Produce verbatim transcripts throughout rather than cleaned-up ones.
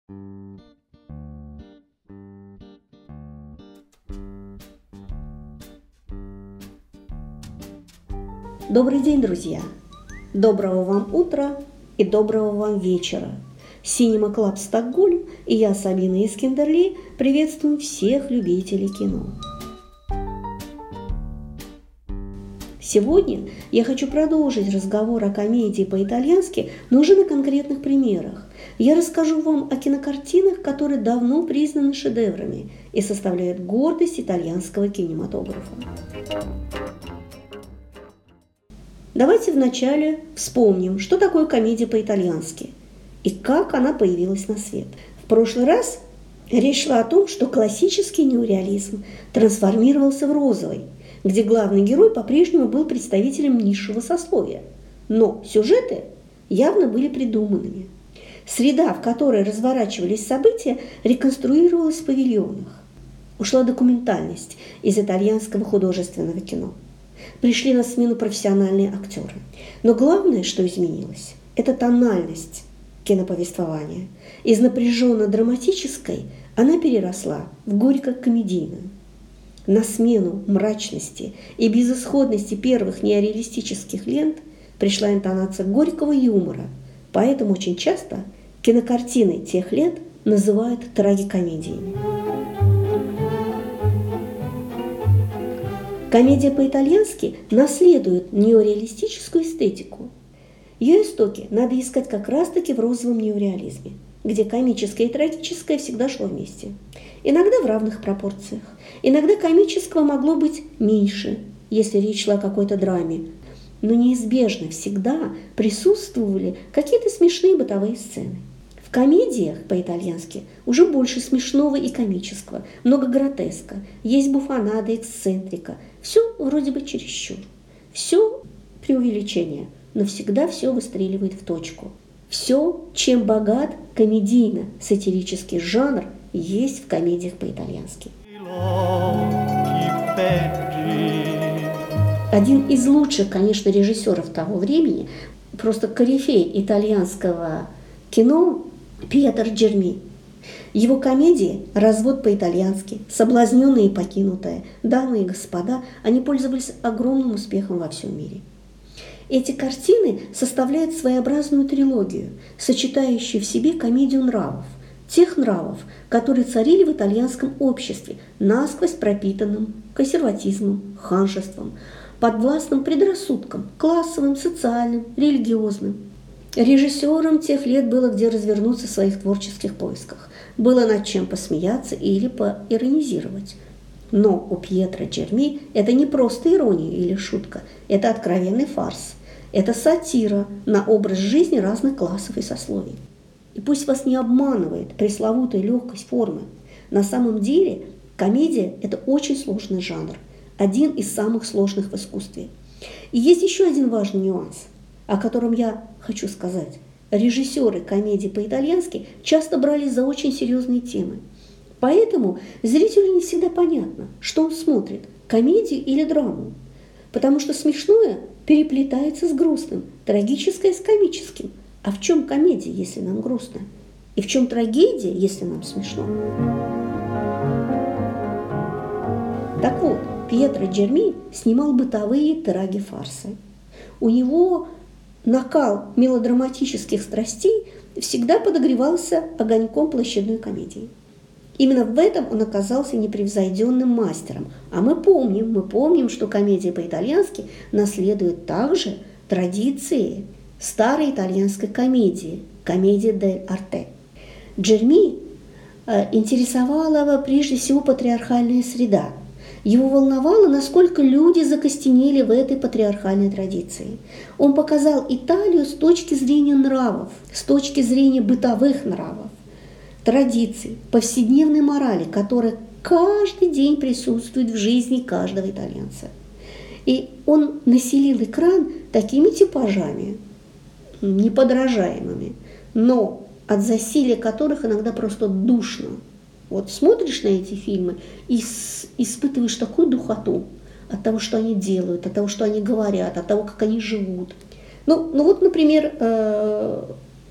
Добрый день, друзья! Доброго вам утра и доброго вам вечера! Cinema Club Стокгольм и я, Сабина Искендерли, приветствуем всех любителей кино. Сегодня я хочу продолжить разговор о комедии по-итальянски, но уже на конкретных примерах. Я расскажу вам о кинокартинах, которые давно признаны шедеврами и составляют гордость итальянского кинематографа. Давайте вначале вспомним, что такое комедия по-итальянски и как она появилась на свет. В прошлый раз речь шла о том, что классический неореализм трансформировался в розовый, где главный герой по-прежнему был представителем низшего сословия, но сюжеты явно были придуманными. Среда, в которой разворачивались события, реконструировалась в павильонах. Ушла документальность из итальянского художественного кино. Пришли на смену профессиональные актеры. Но главное, что изменилось, это тональность киноповествования. Из напряженно-драматической она переросла в горько-комедийную. На смену мрачности и безысходности первых неореалистических лент пришла интонация горького юмора, поэтому очень часто кинокартины тех лет называют трагикомедиями. Комедия по-итальянски наследует неореалистическую эстетику. Ее истоки надо искать как раз-таки в розовом неореализме, где комическое и трагическое всегда шло вместе. Иногда в равных пропорциях. Иногда комического могло быть меньше, если речь шла о какой-то драме. Но неизбежно всегда присутствовали какие-то смешные бытовые сцены. В комедиях по-итальянски уже больше смешного и комического, много гротеска, есть буфонада, эксцентрика. Все вроде бы чересчур. Все преувеличение, но всегда все выстреливает в точку. Все, чем богат комедийно-сатирический жанр, есть в комедиях по-итальянски. Один из лучших, конечно, режиссеров того времени, просто корифей итальянского кино, Пьетро Джерми. Его комедии «Развод по-итальянски», «Соблазненные и покинутые», «Дамы и господа» они пользовались огромным успехом во всем мире. Эти картины составляют своеобразную трилогию, сочетающую в себе комедию нравов, тех нравов, которые царили в итальянском обществе, насквозь пропитанным консерватизмом, ханжеством, подвластным предрассудкам, классовым, социальным, религиозным. Режиссерам тех лет было где развернуться в своих творческих поисках, было над чем посмеяться или поиронизировать. Но у Пьетро Джерми это не просто ирония или шутка, это откровенный фарс, это сатира на образ жизни разных классов и сословий. И пусть вас не обманывает пресловутая легкость формы, на самом деле комедия – это очень сложный жанр, один из самых сложных в искусстве. И есть еще один важный нюанс, о котором я хочу сказать. Режиссеры комедии по-итальянски часто брались за очень серьезные темы. Поэтому зрителю не всегда понятно, что он смотрит – комедию или драму. Потому что смешное переплетается с грустным, трагическое с комическим. А в чем комедия, если нам грустно? И в чем трагедия, если нам смешно? Так вот, Пьетро Джерми снимал бытовые траги-фарсы. У него накал мелодраматических страстей всегда подогревался огоньком площадной комедии. Именно в этом он оказался непревзойденным мастером. А мы помним, мы помним, что комедия по-итальянски наследует также традиции старой итальянской комедии, комедии дель арте. Джерми э, интересовала его прежде всего патриархальная среда. Его волновало, насколько люди закостенели в этой патриархальной традиции. Он показал Италию с точки зрения нравов, с точки зрения бытовых нравов, традиций, повседневной морали, которая каждый день присутствует в жизни каждого итальянца. И он населил экран такими типажами, неподражаемыми, но от засилия которых иногда просто душно. Вот смотришь на эти фильмы и испытываешь такую духоту от того, что они делают, от того, что они говорят, от того, как они живут. Ну, ну вот, например,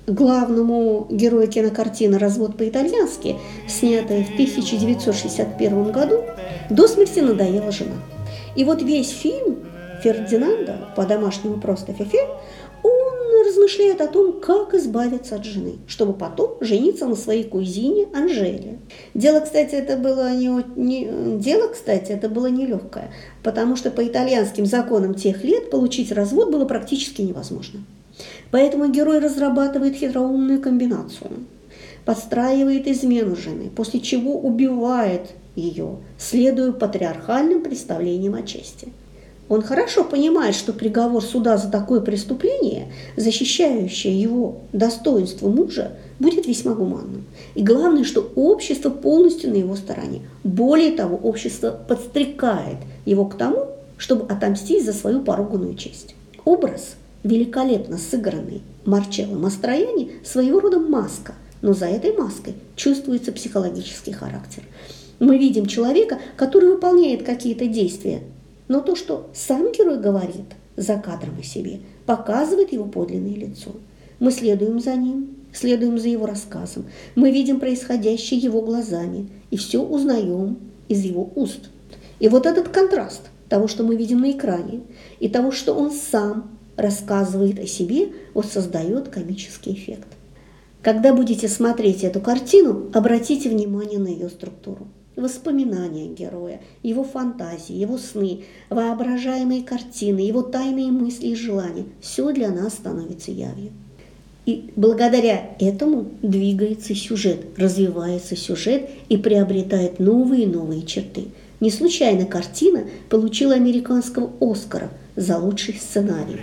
главному герою кинокартины «Развод по-итальянски», снятая в тысяча девятьсот шестьдесят первом году, до смерти надоела жена. И вот весь фильм Фердинанда, по-домашнему просто Фефе, он размышляет о том, как избавиться от жены, чтобы потом жениться на своей кузине Анжеле. Дело, кстати, это было не, не, дело, кстати, это было нелегкое, потому что по итальянским законам тех лет получить развод было практически невозможно. Поэтому герой разрабатывает хитроумную комбинацию, подстраивает измену жены, после чего убивает ее, следуя патриархальным представлениям о чести. Он хорошо понимает, что приговор суда за такое преступление, защищающее его достоинство мужа, будет весьма гуманным. И главное, что общество полностью на его стороне. Более того, общество подстрекает его к тому, чтобы отомстить за свою поруганную честь. Образ, великолепно сыгранный Марчелло Мастроянни, своего рода маска, но за этой маской чувствуется психологический характер. Мы видим человека, который выполняет какие-то действия, но то, что сам герой говорит за кадром о себе, показывает его подлинное лицо. Мы следуем за ним, следуем за его рассказом. Мы видим происходящее его глазами и все узнаем из его уст. И вот этот контраст того, что мы видим на экране, и того, что он сам рассказывает о себе, вот создает комический эффект. Когда будете смотреть эту картину, обратите внимание на ее структуру. Воспоминания героя, его фантазии, его сны, воображаемые картины, его тайные мысли и желания – все для нас становится явью. И благодаря этому двигается сюжет, развивается сюжет и приобретает новые и новые черты. Не случайно картина получила американского Оскара за лучший сценарий.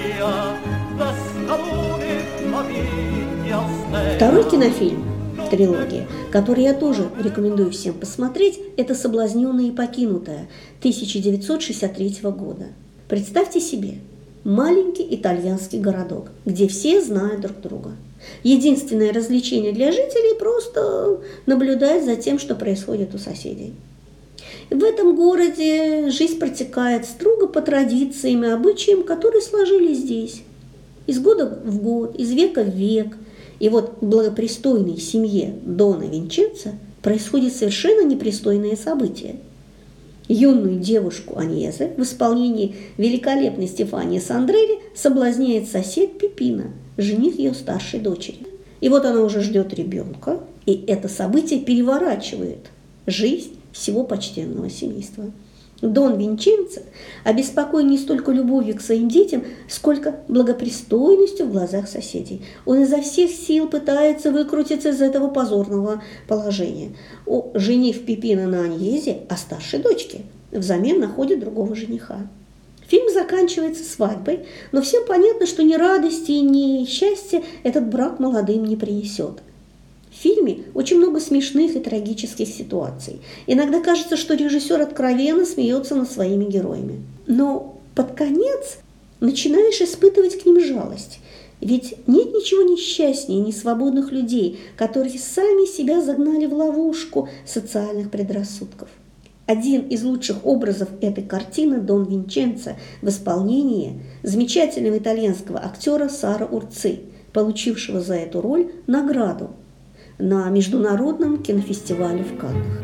Второй кинофильм трилогия, который я тоже рекомендую всем посмотреть, это «Соблазненная и покинутая» тысяча девятьсот шестьдесят третьего года. Представьте себе маленький итальянский городок, где все знают друг друга. Единственное развлечение для жителей – просто наблюдать за тем, что происходит у соседей. В этом городе жизнь протекает строго по традициям и обычаям, которые сложились здесь. Из года в год, из века в век. И вот в благопристойной семье Дона Винченцо происходит совершенно непристойное событие. Юную девушку Аньезе в исполнении великолепной Стефании Сандрелли соблазняет сосед Пипино, жених ее старшей дочери. И вот она уже ждет ребенка, и это событие переворачивает жизнь всего почтенного семейства. Дон Винченцо обеспокоен не столько любовью к своим детям, сколько благопристойностью в глазах соседей. Он изо всех сил пытается выкрутиться из этого позорного положения. О, женив Пипино на Аньезе, а старшей дочке, взамен находит другого жениха. Фильм заканчивается свадьбой, но всем понятно, что ни радости, ни счастья этот брак молодым не принесет. В фильме очень много смешных и трагических ситуаций. Иногда кажется, что режиссер откровенно смеется над своими героями. Но под конец начинаешь испытывать к ним жалость. Ведь нет ничего несчастнее несвободных людей, которые сами себя загнали в ловушку социальных предрассудков. Один из лучших образов этой картины – Дон Винченцо в исполнении замечательного итальянского актера Саро Урци, получившего за эту роль награду на международном кинофестивале в Каннах.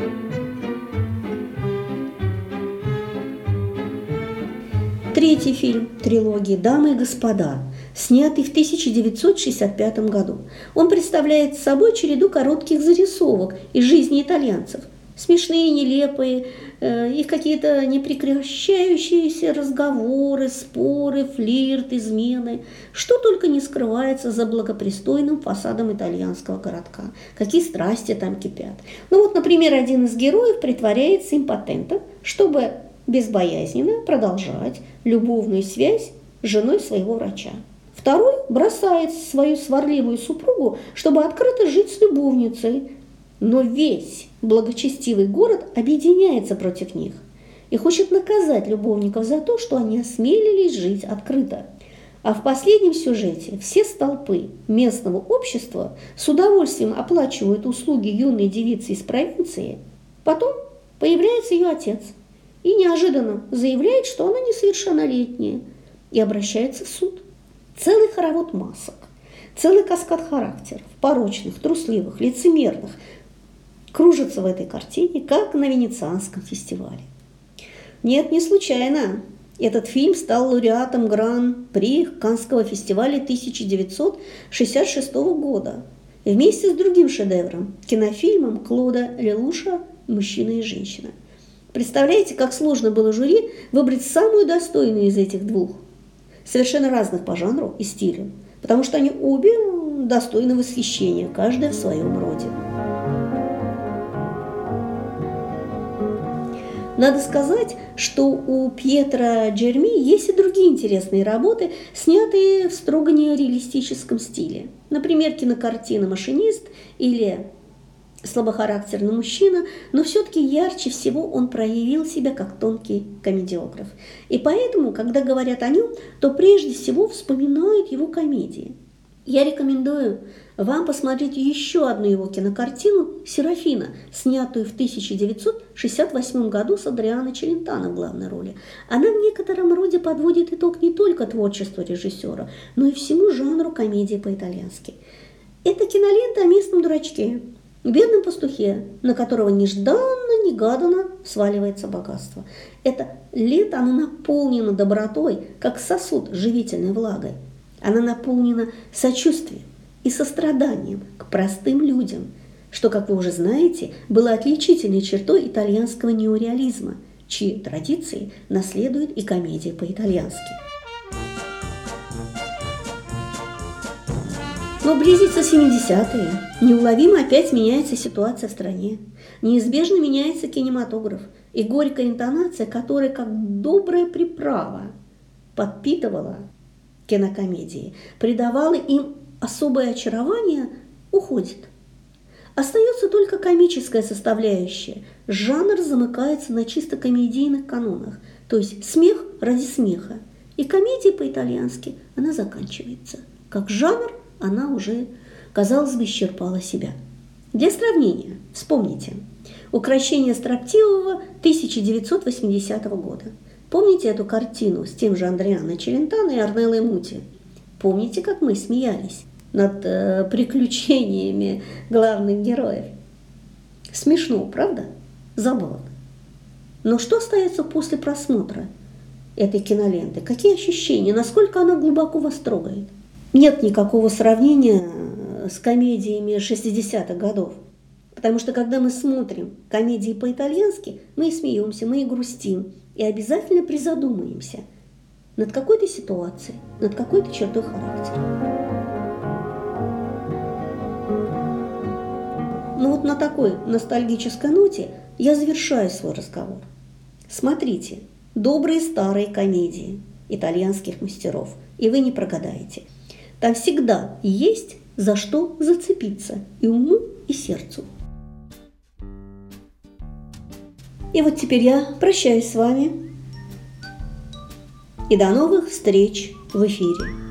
Третий фильм трилогии «Дамы и господа», снятый в тысяча девятьсот шестьдесят пятом году. Он представляет собой череду коротких зарисовок из жизни итальянцев. Смешные, нелепые, э, их какие-то непрекращающиеся разговоры, споры, флирт, измены. Что только не скрывается за благопристойным фасадом итальянского городка. Какие страсти там кипят. Ну вот, например, один из героев притворяется импотентом, чтобы безбоязненно продолжать любовную связь с женой своего врача. Второй бросает свою сварливую супругу, чтобы открыто жить с любовницей. Но весь благочестивый город объединяется против них и хочет наказать любовников за то, что они осмелились жить открыто. А в последнем сюжете все столпы местного общества с удовольствием оплачивают услуги юной девицы из провинции. Потом появляется ее отец и неожиданно заявляет, что она несовершеннолетняя, и обращается в суд. Целый хоровод масок, Целый каскад характеров, порочных, трусливых, лицемерных, кружится в этой картине, как на Венецианском фестивале. Нет, не случайно. Этот фильм стал лауреатом Гран-при Каннского фестиваля тысяча девятьсот шестьдесят шестого года вместе с другим шедевром, кинофильмом Клода Лелуша «Мужчина и женщина». Представляете, как сложно было жюри выбрать самую достойную из этих двух, совершенно разных по жанру и стилю, потому что они обе достойны восхищения, каждая в своем роде. Надо сказать, что у Пьетро Джерми есть и другие интересные работы, снятые в строго неореалистическом стиле. Например, кинокартина «Машинист» или «Слабохарактерный мужчина», но все-таки ярче всего он проявил себя как тонкий комедиограф. И поэтому, когда говорят о нем, то прежде всего вспоминают его комедии. Я рекомендую вам посмотреть еще одну его кинокартину «Серафина», снятую в тысяча девятьсот шестьдесят восьмом году с Адриано Челентано в главной роли. Она в некотором роде подводит итог не только творчеству режиссера, но и всему жанру комедии по-итальянски. Это кинолента о местном дурачке, бедном пастухе, на которого нежданно-негаданно сваливается богатство. Это лето, оно наполнено добротой, как сосуд с живительной влагой. Она наполнена сочувствием и состраданием к простым людям, что, как вы уже знаете, было отличительной чертой итальянского неореализма, чьи традиции наследует и комедия по-итальянски. Но близится семидесятые, неуловимо опять меняется ситуация в стране, неизбежно меняется кинематограф, и горькая интонация, которая как добрая приправа подпитывала кинокомедии, придавала им особое очарование, уходит. Остается только комическая составляющая. Жанр замыкается на чисто комедийных канонах, то есть смех ради смеха. И комедия по-итальянски, она заканчивается. Как жанр она уже, казалось бы, исчерпала себя. Для сравнения, вспомните, «Укрощение строптивого» тысяча девятьсот восьмидесятого года. Помните эту картину с тем же Адриано Челентано и Орнеллой Мути? Помните, как мы смеялись над э, приключениями главных героев? Смешно, правда? Забавно. Но что остается после просмотра этой киноленты? Какие ощущения? Насколько она глубоко вас трогает? Нет никакого сравнения с комедиями шестидесятых годов. Потому что, когда мы смотрим комедии по-итальянски, мы и смеемся, мы и грустим, и обязательно призадумаемся над какой-то ситуацией, над какой-то чертой характера. Ну вот на такой ностальгической ноте я завершаю свой разговор. Смотрите добрые старые комедии итальянских мастеров, и вы не прогадаете. Там всегда есть за что зацепиться и уму, и сердцу. И вот теперь я прощаюсь с вами. И до новых встреч в эфире.